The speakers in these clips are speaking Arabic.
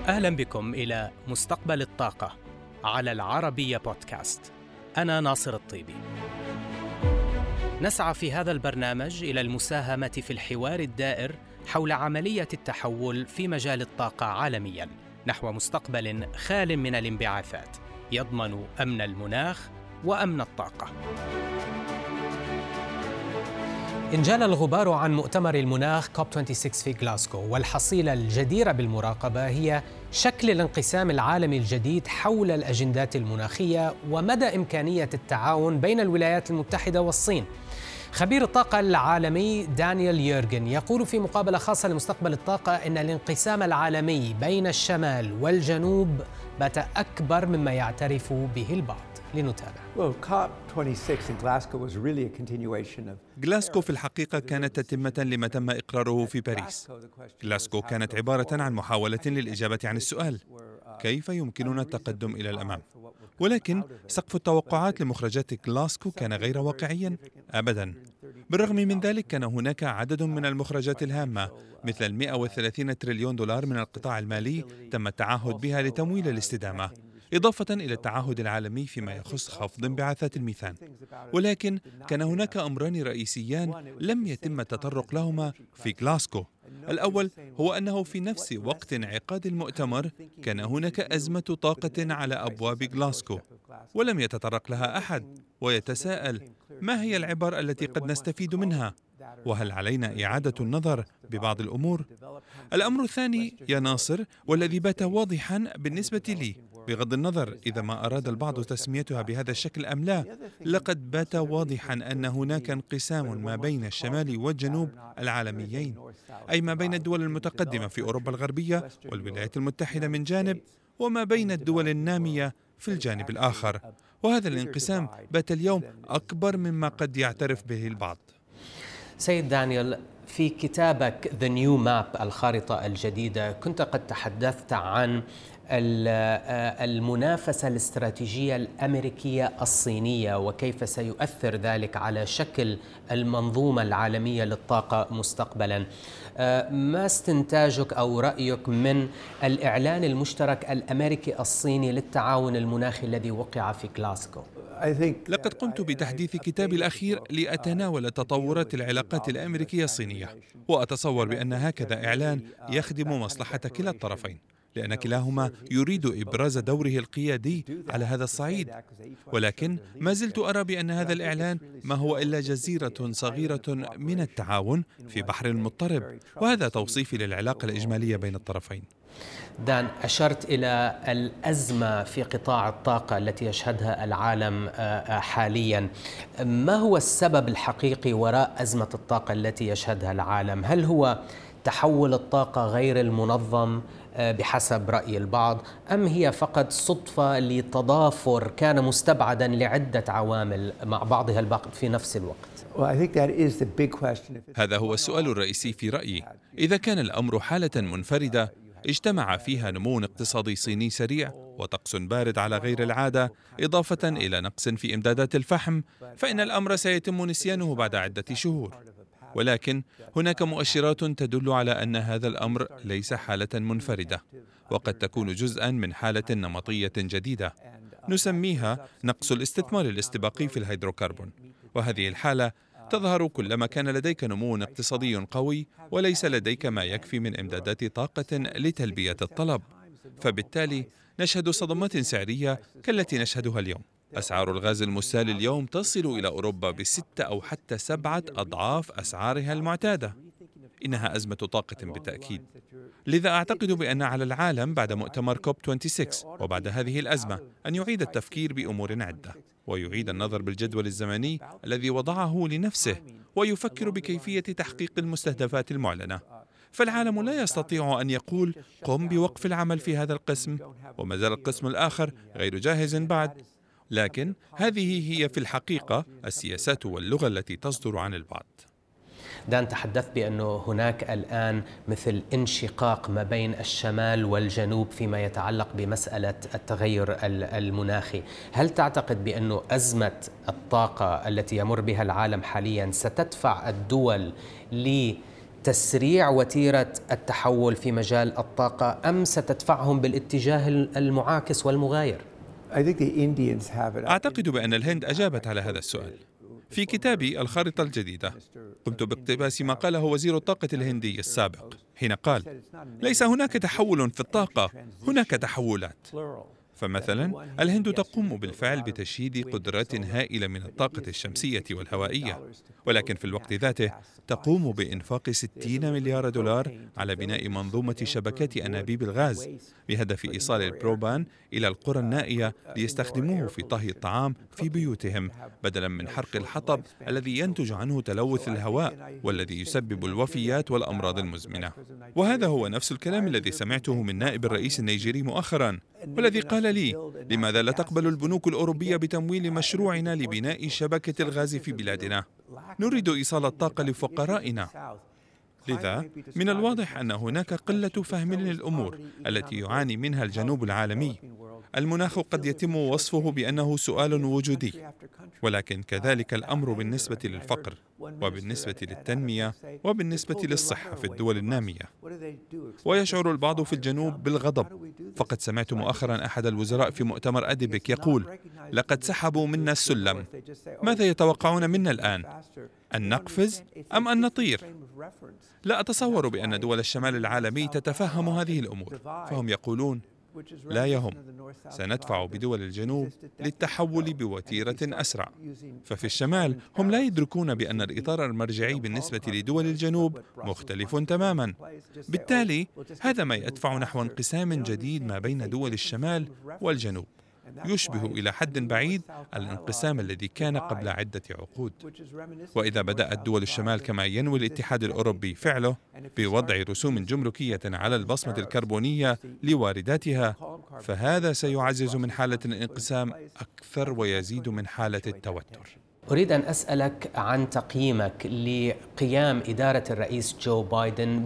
أهلا بكم إلى مستقبل الطاقة على العربية بودكاست. أنا ناصر الطيبي. نسعى في هذا البرنامج إلى المساهمة في الحوار الدائر حول عملية التحول في مجال الطاقة عالمياً نحو مستقبل خال من الانبعاثات يضمن أمن المناخ وأمن الطاقة. انجال الغبار عن مؤتمر المناخ COP26 في غلاسكو، والحصيلة الجديرة بالمراقبة هي شكل الانقسام العالمي الجديد حول الأجندات المناخية ومدى إمكانية التعاون بين الولايات المتحدة والصين. خبير الطاقة العالمي دانيال يورغن يقول في مقابلة خاصة لمستقبل الطاقة إن الانقسام العالمي بين الشمال والجنوب بات أكبر مما يعترف به البعض. لنتابع. غلاسكو في الحقيقة كانت تتمة لما تم إقراره في باريس. غلاسكو كانت عبارة عن محاولة للإجابة عن السؤال: كيف يمكننا التقدم إلى الأمام؟ ولكن سقف التوقعات لمخرجات غلاسكو كان غير واقعيا أبدا. بالرغم من ذلك كان هناك عدد من المخرجات الهامة مثل 130 تريليون دولار من القطاع المالي تم التعهد بها لتمويل الاستدامة، إضافة إلى التعهد العالمي فيما يخص خفض انبعاثات الميثان. ولكن كان هناك أمران رئيسيان لم يتم التطرق لهما في غلاسكو. الأول هو أنه في نفس وقت انعقاد المؤتمر كان هناك أزمة طاقة على أبواب غلاسكو ولم يتطرق لها أحد، ويتساءل: ما هي العبر التي قد نستفيد منها؟ وهل علينا إعادة النظر ببعض الأمور؟ الأمر الثاني يا ناصر، والذي بات واضحا بالنسبة لي بغض النظر إذا ما أراد البعض تسميتها بهذا الشكل أم لا، لقد بات واضحا أن هناك انقسام ما بين الشمال والجنوب العالميين، أي ما بين الدول المتقدمة في أوروبا الغربية والولايات المتحدة من جانب، وما بين الدول النامية في الجانب الآخر. وهذا الانقسام بات اليوم أكبر مما قد يعترف به البعض. سيد دانيال، في كتابك The New Map الخارطة الجديدة كنت قد تحدثت عن المنافسة الاستراتيجية الأمريكية الصينية وكيف سيؤثر ذلك على شكل المنظومة العالمية للطاقة مستقبلا. ما استنتاجك أو رأيك من الإعلان المشترك الأمريكي الصيني للتعاون المناخي الذي وقع في غلاسكو؟ لقد قمت بتحديث كتابي الأخير لأتناول تطورات العلاقات الأمريكية الصينية، وأتصور بأن هكذا إعلان يخدم مصلحة كلا الطرفين، لأن كلاهما يريد إبراز دوره القيادي على هذا الصعيد. ولكن ما زلت أرى بأن هذا الإعلان ما هو إلا جزيرة صغيرة من التعاون في بحر مضطرب، وهذا توصيفي للعلاقة الإجمالية بين الطرفين. دان، أشرت إلى الأزمة في قطاع الطاقة التي يشهدها العالم حاليا. ما هو السبب الحقيقي وراء أزمة الطاقة التي يشهدها العالم؟ هل هو تحول الطاقة غير المنظم بحسب رأي البعض، أم هي فقط صدفة لتضافر كان مستبعدا لعدة عوامل مع بعضها البعض في نفس الوقت؟ هذا هو السؤال الرئيسي في رأيي. إذا كان الأمر حالة منفردة اجتمع فيها نمو اقتصادي صيني سريع وطقس بارد على غير العادة، إضافة إلى نقص في إمدادات الفحم، فإن الأمر سيتم نسيانه بعد عدة شهور. ولكن هناك مؤشرات تدل على أن هذا الأمر ليس حالة منفردة، وقد تكون جزءا من حالة نمطية جديدة نسميها نقص الاستثمار الاستباقي في الهيدروكربون. وهذه الحالة تظهر كلما كان لديك نمو اقتصادي قوي وليس لديك ما يكفي من إمدادات طاقة لتلبية الطلب، فبالتالي نشهد صدمات سعرية كالتي نشهدها اليوم. أسعار الغاز المسال اليوم تصل إلى أوروبا ب6 أو حتى 7 أضعاف أسعارها المعتادة. إنها أزمة طاقة بالتأكيد. لذا أعتقد بأن على العالم بعد مؤتمر COP26 وبعد هذه الأزمة أن يعيد التفكير بأمور عدة، ويعيد النظر بالجدول الزمني الذي وضعه لنفسه، ويفكر بكيفية تحقيق المستهدفات المعلنة. فالعالم لا يستطيع أن يقول: قم بوقف العمل في هذا القسم وما زال القسم الآخر غير جاهز بعد. لكن هذه هي في الحقيقة السياسات واللغة التي تصدر عن البعض. دان، تحدثت بأنه هناك الآن مثل انشقاق ما بين الشمال والجنوب فيما يتعلق بمسألة التغير المناخي. هل تعتقد بأنه أزمة الطاقة التي يمر بها العالم حاليا ستدفع الدول تسريع وتيرة التحول في مجال الطاقة أم ستدفعهم بالاتجاه المعاكس والمغاير؟ أعتقد بأن الهند أجابت على هذا السؤال. في كتابي الخارطة الجديدة قمت باقتباس ما قاله وزير الطاقة الهندي السابق حين قال: ليس هناك تحول في الطاقة، هناك تحولات. فمثلا الهند تقوم بالفعل بتشييد قدرات هائلة من الطاقة الشمسية والهوائية، ولكن في الوقت ذاته تقوم بإنفاق 60 مليار دولار على بناء منظومة شبكات أنابيب الغاز بهدف إيصال البروبان إلى القرى النائية ليستخدموه في طهي الطعام في بيوتهم بدلا من حرق الحطب الذي ينتج عنه تلوث الهواء والذي يسبب الوفيات والأمراض المزمنة. وهذا هو نفس الكلام الذي سمعته من نائب الرئيس النيجيري مؤخرا، والذي قال لي: لماذا لا تقبل البنوك الأوروبية بتمويل مشروعنا لبناء شبكة الغاز في بلادنا؟ نريد إيصال الطاقة لفقرائنا. لذا من الواضح أن هناك قلة فهم للأمور التي يعاني منها الجنوب العالمي. المناخ قد يتم وصفه بأنه سؤال وجودي، ولكن كذلك الأمر بالنسبة للفقر وبالنسبة للتنمية وبالنسبة للصحة في الدول النامية. ويشعر البعض في الجنوب بالغضب، فقد سمعت مؤخرا أحد الوزراء في مؤتمر أديبك يقول: لقد سحبوا منا السلم، ماذا يتوقعون منا الآن؟ أن نقفز أم أن نطير؟ لا أتصور بأن دول الشمال العالمي تتفهم هذه الأمور، فهم يقولون: لا يهم، سندفع بدول الجنوب للتحول بوتيرة أسرع. ففي الشمال هم لا يدركون بأن الإطار المرجعي بالنسبة لدول الجنوب مختلف تماما. بالتالي هذا ما يدفع نحو انقسام جديد ما بين دول الشمال والجنوب، يشبه إلى حد بعيد الانقسام الذي كان قبل عدة عقود. وإذا بدأت دول الشمال كما ينوي الاتحاد الأوروبي فعله بوضع رسوم جمركية على البصمة الكربونية لوارداتها، فهذا سيعزز من حالة الانقسام أكثر ويزيد من حالة التوتر. أريد أن أسألك عن تقييمك لقيام إدارة الرئيس جو بايدن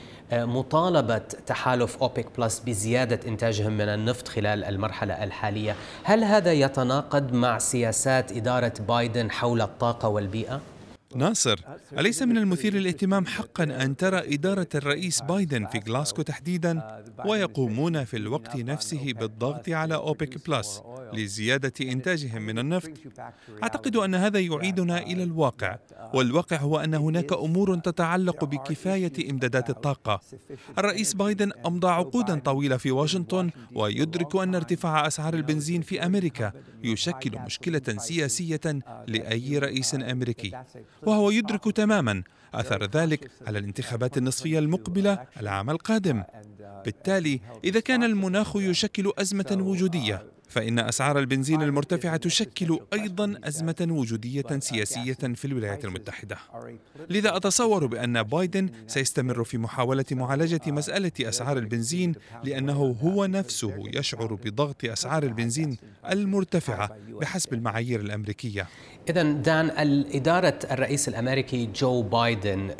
بمطالبة تحالف أوبك بلس بزيادة إنتاجهم من النفط خلال المرحلة الحالية. هل هذا يتناقض مع سياسات إدارة بايدن حول الطاقة والبيئة؟ ناصر، أليس من المثير للاهتمام حقا أن ترى إدارة الرئيس بايدن في غلاسكو تحديدا ويقومون في الوقت نفسه بالضغط على أوبك بلس لزيادة إنتاجهم من النفط؟ أعتقد أن هذا يعيدنا إلى الواقع، والواقع هو أن هناك أمور تتعلق بكفاية إمدادات الطاقة. الرئيس بايدن أمضى عقودا طويلة في واشنطن ويدرك أن ارتفاع أسعار البنزين في أمريكا يشكل مشكلة سياسية لأي رئيس أمريكي، وهو يدرك تماما أثر ذلك على الانتخابات النصفية المقبلة العام القادم. بالتالي إذا كان المناخ يشكل أزمة وجودية، فإن أسعار البنزين المرتفعة تشكل أيضا أزمة وجودية سياسية في الولايات المتحدة. لذا أتصور بأن بايدن سيستمر في محاولة معالجة مسألة أسعار البنزين، لأنه هو نفسه يشعر بضغط أسعار البنزين المرتفعة بحسب المعايير الأمريكية. إذن دان، الإدارة الرئيس الأمريكي جو بايدن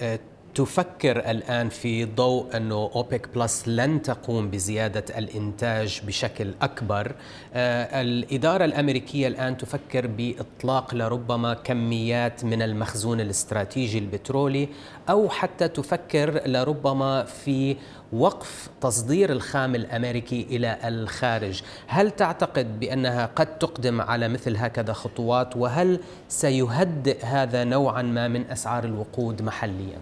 تفكر الآن في ضوء أنه أوبك بلس لن تقوم بزيادة الإنتاج بشكل أكبر. الإدارة الأمريكية الآن تفكر بإطلاق لربما كميات من المخزون الاستراتيجي البترولي، أو حتى تفكر لربما في وقف تصدير الخام الأمريكي إلى الخارج. هل تعتقد بأنها قد تقدم على مثل هكذا خطوات؟ وهل سيهدئ هذا نوعا ما من أسعار الوقود محليا؟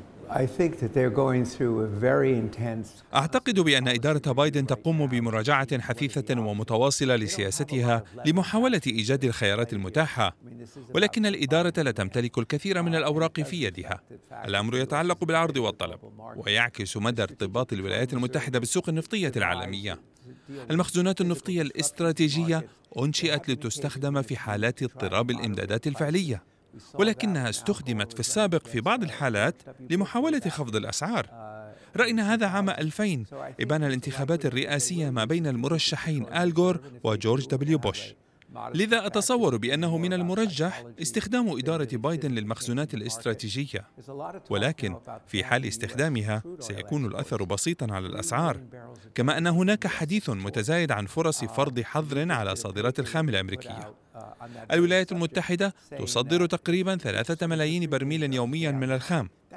أعتقد بأن إدارة بايدن تقوم بمراجعة حثيثة ومتواصلة لسياستها لمحاولة إيجاد الخيارات المتاحة، ولكن الإدارة لا تمتلك الكثير من الأوراق في يدها. الأمر يتعلق بالعرض والطلب، ويعكس مدى ارتباط الولايات المتحدة بالسوق النفطية العالمية. المخزونات النفطية الاستراتيجية أنشئت لتستخدم في حالات اضطراب الإمدادات الفعلية، ولكنها استخدمت في السابق في بعض الحالات لمحاولة خفض الأسعار. رأينا هذا عام 2000 إبان الانتخابات الرئاسية ما بين المرشحين آل غور وجورج دبليو بوش. لذا أتصور بأنه من المرجح استخدام إدارة بايدن للمخزونات الاستراتيجية، ولكن في حال استخدامها سيكون الأثر بسيطا على الأسعار، كما أن هناك حديث متزايد عن فرص فرض حظر على صادرات الخام الأمريكية. الولايات المتحدة تصدر تقريبا 3 ملايين برميل يوميا من الخام،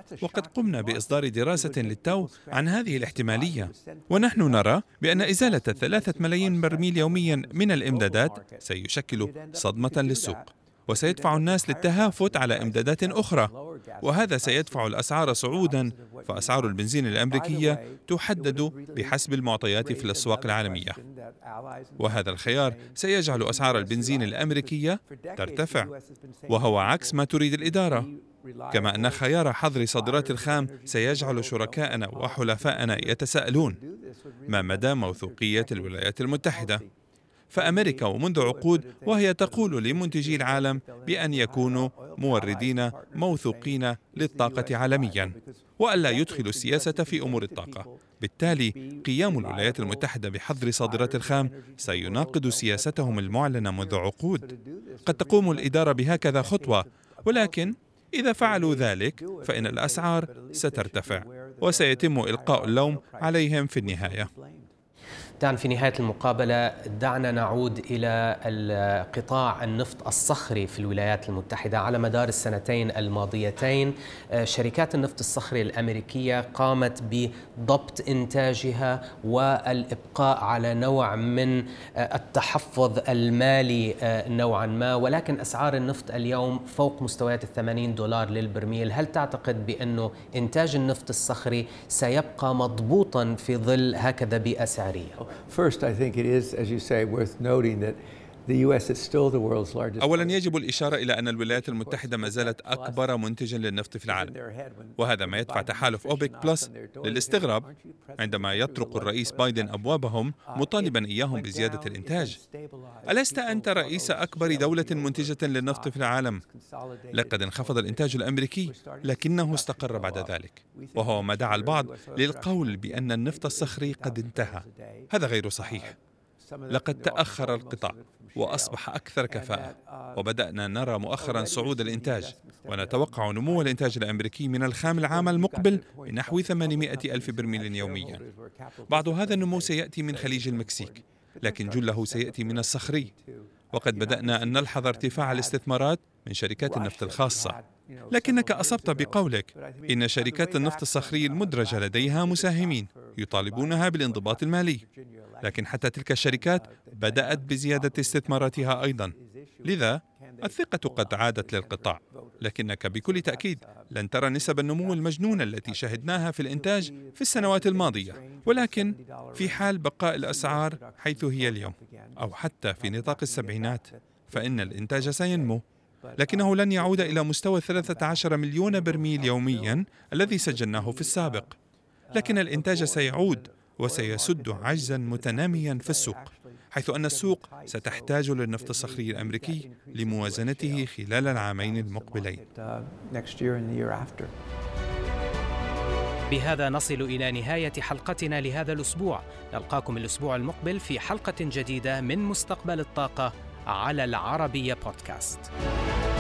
وقد قمنا بإصدار دراسة للتو عن هذه الاحتمالية، ونحن نرى بأن إزالة 3 ملايين برميل يوميا من الإمدادات سيشكل صدمة للسوق، وسيدفع الناس للتهافت على إمدادات أخرى، وهذا سيدفع الأسعار صعودا، فأسعار البنزين الأمريكية تحدد بحسب المعطيات في الأسواق العالمية، وهذا الخيار سيجعل أسعار البنزين الأمريكية ترتفع، وهو عكس ما تريد الإدارة، كما أن خيار حظر صادرات الخام سيجعل شركائنا وحلفائنا يتساءلون ما مدى موثوقية الولايات المتحدة. فأمريكا ومنذ عقود وهي تقول لمنتجي العالم بأن يكونوا موردين موثوقين للطاقة عالميا، وألا يدخلوا السياسة في أمور الطاقة. بالتالي قيام الولايات المتحدة بحظر صادرات الخام سيناقض سياستهم المعلنة منذ عقود. قد تقوم الإدارة بهكذا خطوة، ولكن إذا فعلوا ذلك فإن الأسعار سترتفع وسيتم إلقاء اللوم عليهم في النهاية. دان، في نهاية المقابلة دعنا نعود إلى قطاع النفط الصخري في الولايات المتحدة. على مدار السنتين الماضيتين شركات النفط الصخري الأمريكية قامت بضبط إنتاجها والإبقاء على نوع من التحفظ المالي نوعا ما، ولكن أسعار النفط اليوم فوق مستويات $80 للبرميل. هل تعتقد بأنه إنتاج النفط الصخري سيبقى مضبوطا في ظل هكذا بيئة سعرية؟ First, I think it is, as you say, worth noting that the US is still the world's largest. أولاً يجب الإشارة إلى أن الولايات المتحدة ما زالت أكبر منتج للنفط في العالم، وهذا ما يدفع تحالف أوبك بلس للاستغراب عندما يطرق الرئيس بايدن أبوابهم مطالباً إياهم بزيادة الإنتاج. ألست أنت رئيس أكبر دولة منتجة للنفط في العالم؟ لقد انخفض الإنتاج الأمريكي لكنه استقر بعد ذلك، وهو ما دعا البعض للقول بأن النفط الصخري قد انتهى. هذا غير صحيح. لقد تأخر القطاع وأصبح أكثر كفاءة، وبدأنا نرى مؤخرا صعود الإنتاج، ونتوقع نمو الإنتاج الأمريكي من الخام العام المقبل بنحو 800 ألف برميل يوميا. بعض هذا النمو سيأتي من خليج المكسيك، لكن جله سيأتي من الصخري، وقد بدأنا أن نلحظ ارتفاع الاستثمارات من شركات النفط الخاصة. لكنك أصبت بقولك إن شركات النفط الصخري المدرجة لديها مساهمين يطالبونها بالانضباط المالي، لكن حتى تلك الشركات بدأت بزيادة استثماراتها أيضا، لذا الثقة قد عادت للقطاع. لكنك بكل تأكيد لن ترى نسب النمو المجنونة التي شهدناها في الإنتاج في السنوات الماضية، ولكن في حال بقاء الأسعار حيث هي اليوم أو حتى في نطاق السبعينات فإن الإنتاج سينمو، لكنه لن يعود إلى مستوى 13 مليون برميل يوميا الذي سجلناه في السابق، لكن الإنتاج سيعود وسيسد عجزا متناميا في السوق، حيث أن السوق ستحتاج للنفط الصخري الأمريكي لموازنته خلال العامين المقبلين. بهذا نصل إلى نهاية حلقتنا لهذا الأسبوع. نلقاكم الأسبوع المقبل في حلقة جديدة من مستقبل الطاقة على العربية بودكاست.